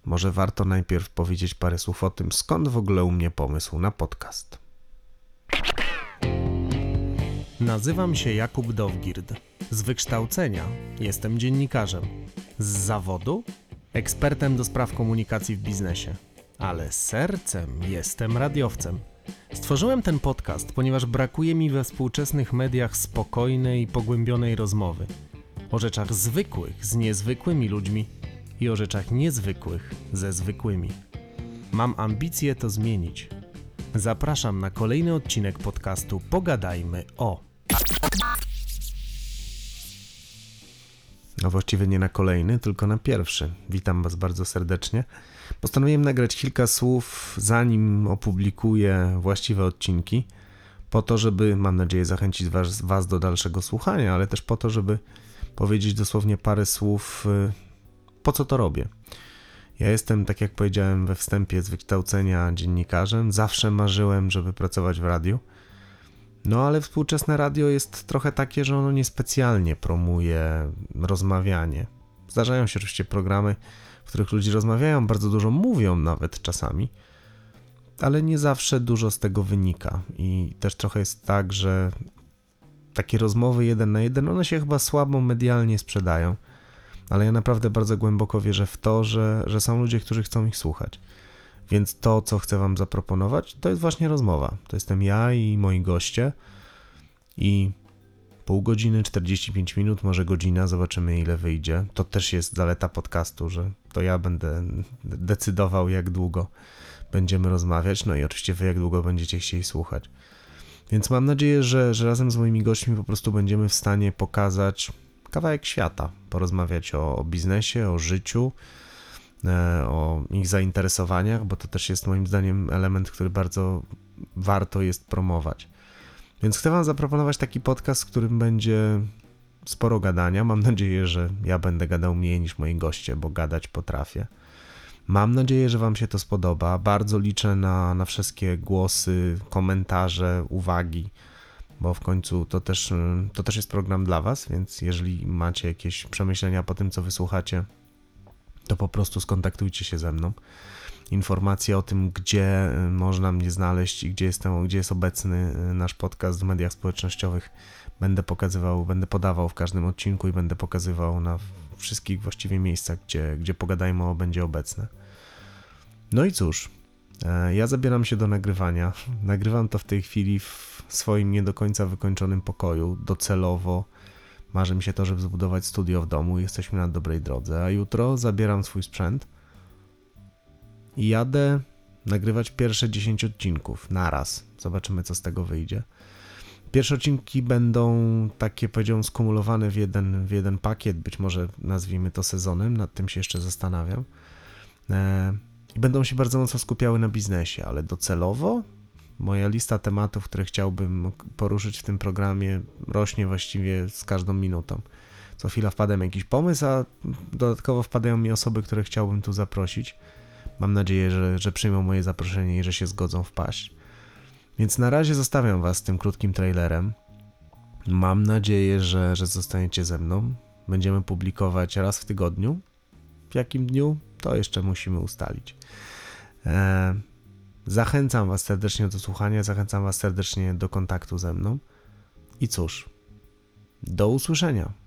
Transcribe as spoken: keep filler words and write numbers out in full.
może warto najpierw powiedzieć parę słów o tym, skąd w ogóle u mnie pomysł na podcast. Nazywam się Jakub Dowgird. Z wykształcenia jestem dziennikarzem. Z zawodu ekspertem do spraw komunikacji w biznesie. Ale sercem jestem radiowcem. Stworzyłem ten podcast, ponieważ brakuje mi we współczesnych mediach spokojnej i pogłębionej rozmowy. O rzeczach zwykłych z niezwykłymi ludźmi i o rzeczach niezwykłych ze zwykłymi. Mam ambicje to zmienić. Zapraszam na kolejny odcinek podcastu Pogadajmy o. No właściwie nie na kolejny, tylko na pierwszy. Witam Was bardzo serdecznie. Postanowiłem nagrać kilka słów, zanim opublikuję właściwe odcinki, po to, żeby, mam nadzieję, zachęcić was, was do dalszego słuchania, ale też po to, żeby powiedzieć dosłownie parę słów, po co to robię. Ja jestem, tak jak powiedziałem we wstępie, z wykształcenia dziennikarzem. Zawsze marzyłem, żeby pracować w radiu. No ale współczesne radio jest trochę takie, że ono niespecjalnie promuje rozmawianie. Zdarzają się oczywiście programy, w których ludzie rozmawiają, bardzo dużo mówią nawet czasami, ale nie zawsze dużo z tego wynika. I też trochę jest tak, że takie rozmowy jeden na jeden, one się chyba słabo medialnie sprzedają, ale ja naprawdę bardzo głęboko wierzę w to, że, że są ludzie, którzy chcą ich słuchać. Więc to, co chcę Wam zaproponować, to jest właśnie rozmowa. To jestem ja i moi goście i pół godziny, czterdzieści pięć minut, może godzina, zobaczymy ile wyjdzie. To też jest zaleta podcastu, że to ja będę decydował, jak długo będziemy rozmawiać, no i oczywiście Wy jak długo będziecie chcieli słuchać. Więc mam nadzieję, że, że razem z moimi gośćmi po prostu będziemy w stanie pokazać kawałek świata, porozmawiać o, o biznesie, o życiu, o ich zainteresowaniach, bo to też jest moim zdaniem element, który bardzo warto jest promować. Więc chcę Wam zaproponować taki podcast, w którym będzie sporo gadania. Mam nadzieję, że ja będę gadał mniej niż moi goście, bo gadać potrafię. Mam nadzieję, że Wam się to spodoba. Bardzo liczę na, na wszystkie głosy, komentarze, uwagi, bo w końcu to też, to też jest program dla Was, więc jeżeli macie jakieś przemyślenia po tym, co wysłuchacie, to po prostu skontaktujcie się ze mną. Informacje o tym, gdzie można mnie znaleźć i gdzie jestem, gdzie jest obecny nasz podcast w mediach społecznościowych, będę pokazywał, będę podawał w każdym odcinku i będę pokazywał na wszystkich właściwie miejscach, gdzie, gdzie Pogadajmy o będzie obecne. No i cóż, ja zabieram się do nagrywania. Nagrywam to w tej chwili w swoim nie do końca wykończonym pokoju, docelowo. Marzy mi się to, żeby zbudować studio w domu. Jesteśmy na dobrej drodze, a jutro zabieram swój sprzęt i jadę nagrywać pierwsze dziesięć odcinków naraz. Zobaczymy, co z tego wyjdzie. Pierwsze odcinki będą takie, powiedziałem, skumulowane w jeden, w jeden pakiet, być może nazwijmy to sezonem, nad tym się jeszcze zastanawiam. I będą się bardzo mocno skupiały na biznesie, ale docelowo moja lista tematów, które chciałbym poruszyć w tym programie, rośnie właściwie z każdą minutą. Co chwila wpada mi jakiś pomysł, a dodatkowo wpadają mi osoby, które chciałbym tu zaprosić. Mam nadzieję, że, że przyjmą moje zaproszenie i że się zgodzą wpaść. Więc na razie zostawiam Was z tym krótkim trailerem. Mam nadzieję, że, że zostaniecie ze mną. Będziemy publikować raz w tygodniu. W jakim dniu? To jeszcze musimy ustalić. Eee, Zachęcam Was serdecznie do słuchania, zachęcam Was serdecznie do kontaktu ze mną. I cóż, do usłyszenia.